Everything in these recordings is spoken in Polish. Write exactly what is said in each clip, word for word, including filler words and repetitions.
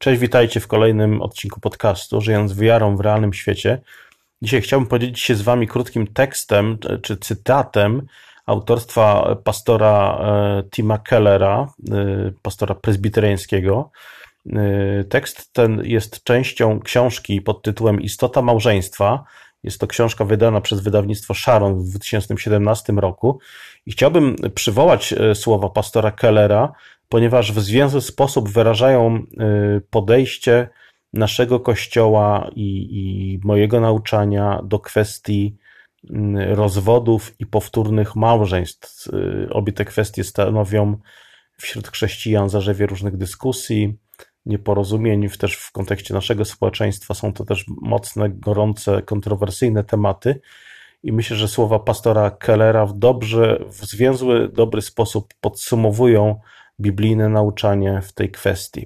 Cześć, witajcie w kolejnym odcinku podcastu Żyjąc wiarą w realnym świecie. Dzisiaj chciałbym podzielić się z wami krótkim tekstem czy cytatem autorstwa pastora Tima Kellera, pastora prezbiteriańskiego. Tekst ten jest częścią książki pod tytułem Istota małżeństwa. Jest to książka wydana przez wydawnictwo Sharon w dwa tysiące siedemnastym roku i chciałbym przywołać słowa pastora Kellera, ponieważ w zwięzły sposób wyrażają podejście naszego Kościoła i, i mojego nauczania do kwestii rozwodów i powtórnych małżeństw. Obie te kwestie stanowią wśród chrześcijan zarzewie różnych dyskusji, nieporozumień, też w kontekście naszego społeczeństwa są to też mocne, gorące, kontrowersyjne tematy i myślę, że słowa pastora Kellera w dobrze, w zwięzły, dobry sposób podsumowują biblijne nauczanie w tej kwestii.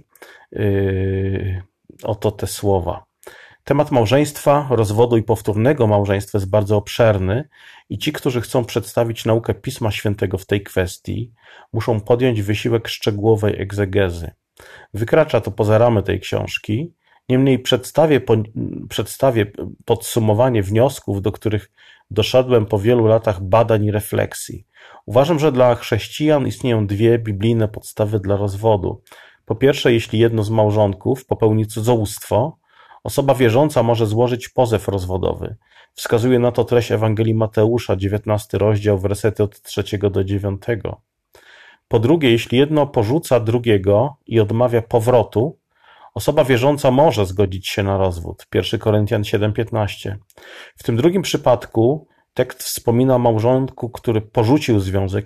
Yy, oto te słowa. Temat małżeństwa, rozwodu i powtórnego małżeństwa jest bardzo obszerny i ci, którzy chcą przedstawić naukę Pisma Świętego w tej kwestii, muszą podjąć wysiłek szczegółowej egzegezy. Wykracza to poza ramy tej książki, niemniej przedstawię, po, przedstawię podsumowanie wniosków, do których doszedłem po wielu latach badań i refleksji. Uważam, że dla chrześcijan istnieją dwie biblijne podstawy dla rozwodu. Po pierwsze, jeśli jedno z małżonków popełni cudzołóstwo, osoba wierząca może złożyć pozew rozwodowy. Wskazuje na to treść Ewangelii Mateusza, dziewiętnasty rozdział, wersety od trzeciego do dziewiątego. Po drugie, jeśli jedno porzuca drugiego i odmawia powrotu, osoba wierząca może zgodzić się na rozwód. pierwszy Koryntian siedem piętnaście. W tym drugim przypadku tekst wspomina o małżonku, który porzucił związek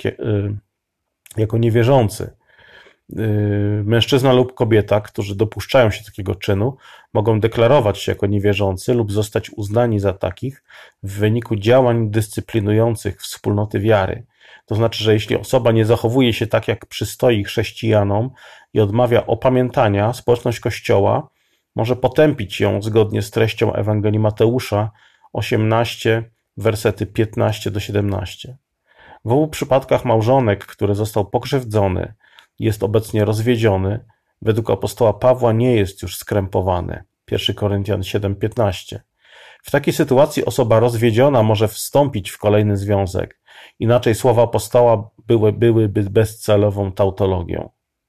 jako niewierzący. Mężczyzna lub kobieta, którzy dopuszczają się takiego czynu, mogą deklarować się jako niewierzący lub zostać uznani za takich w wyniku działań dyscyplinujących wspólnoty wiary. To znaczy, że jeśli osoba nie zachowuje się tak, jak przystoi chrześcijanom i odmawia opamiętania, społeczność Kościoła może potępić ją zgodnie z treścią Ewangelii Mateusza osiemnaście, wersety piętnaście do siedemnaście. W obu przypadkach małżonek, który został pokrzywdzony, jest obecnie rozwiedziony, według apostoła Pawła nie jest już skrępowany. pierwszy Koryntian siedem piętnaście. W takiej sytuacji osoba rozwiedziona może wstąpić w kolejny związek. Inaczej słowa apostoła były, byłyby bezcelową tautologią.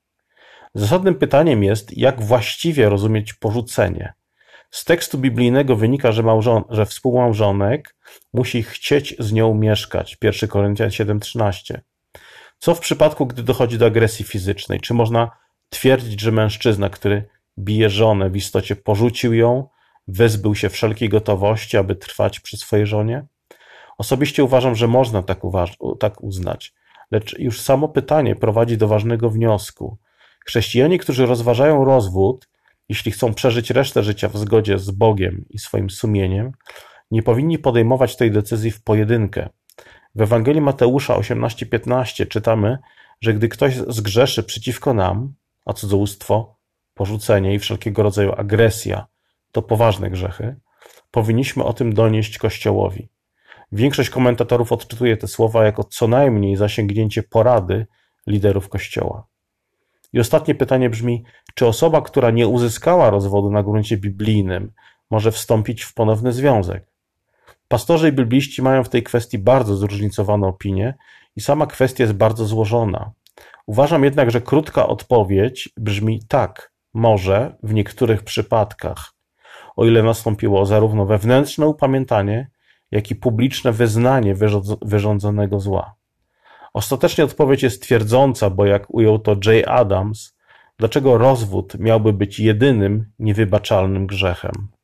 Zasadnym pytaniem jest, jak właściwie rozumieć porzucenie. Z tekstu biblijnego wynika, że, małżon, że współmałżonek musi chcieć z nią mieszkać. pierwszy Koryntian siedem trzynaście. Co w przypadku, gdy dochodzi do agresji fizycznej? Czy można twierdzić, że mężczyzna, który bije żonę, w istocie porzucił ją, wyzbył się wszelkiej gotowości, aby trwać przy swojej żonie? Osobiście uważam, że można tak, uważ- tak uznać, lecz już samo pytanie prowadzi do ważnego wniosku. Chrześcijanie, którzy rozważają rozwód, jeśli chcą przeżyć resztę życia w zgodzie z Bogiem i swoim sumieniem, nie powinni podejmować tej decyzji w pojedynkę. W Ewangelii Mateusza osiemnaście piętnaście czytamy, że gdy ktoś zgrzeszy przeciwko nam, a cudzołóstwo, porzucenie i wszelkiego rodzaju agresja to poważne grzechy, powinniśmy o tym donieść Kościołowi. Większość komentatorów odczytuje te słowa jako co najmniej zasięgnięcie porady liderów Kościoła. I ostatnie pytanie brzmi, czy osoba, która nie uzyskała rozwodu na gruncie biblijnym, może wstąpić w ponowny związek? Pastorzy i bibliści mają w tej kwestii bardzo zróżnicowane opinie i sama kwestia jest bardzo złożona. Uważam jednak, że krótka odpowiedź brzmi tak, może w niektórych przypadkach, o ile nastąpiło zarówno wewnętrzne upamiętanie, jak i publiczne wyznanie wyrządzonego zła. Ostatecznie odpowiedź jest twierdząca, bo jak ujął to Jay Adams, dlaczego rozwód miałby być jedynym niewybaczalnym grzechem?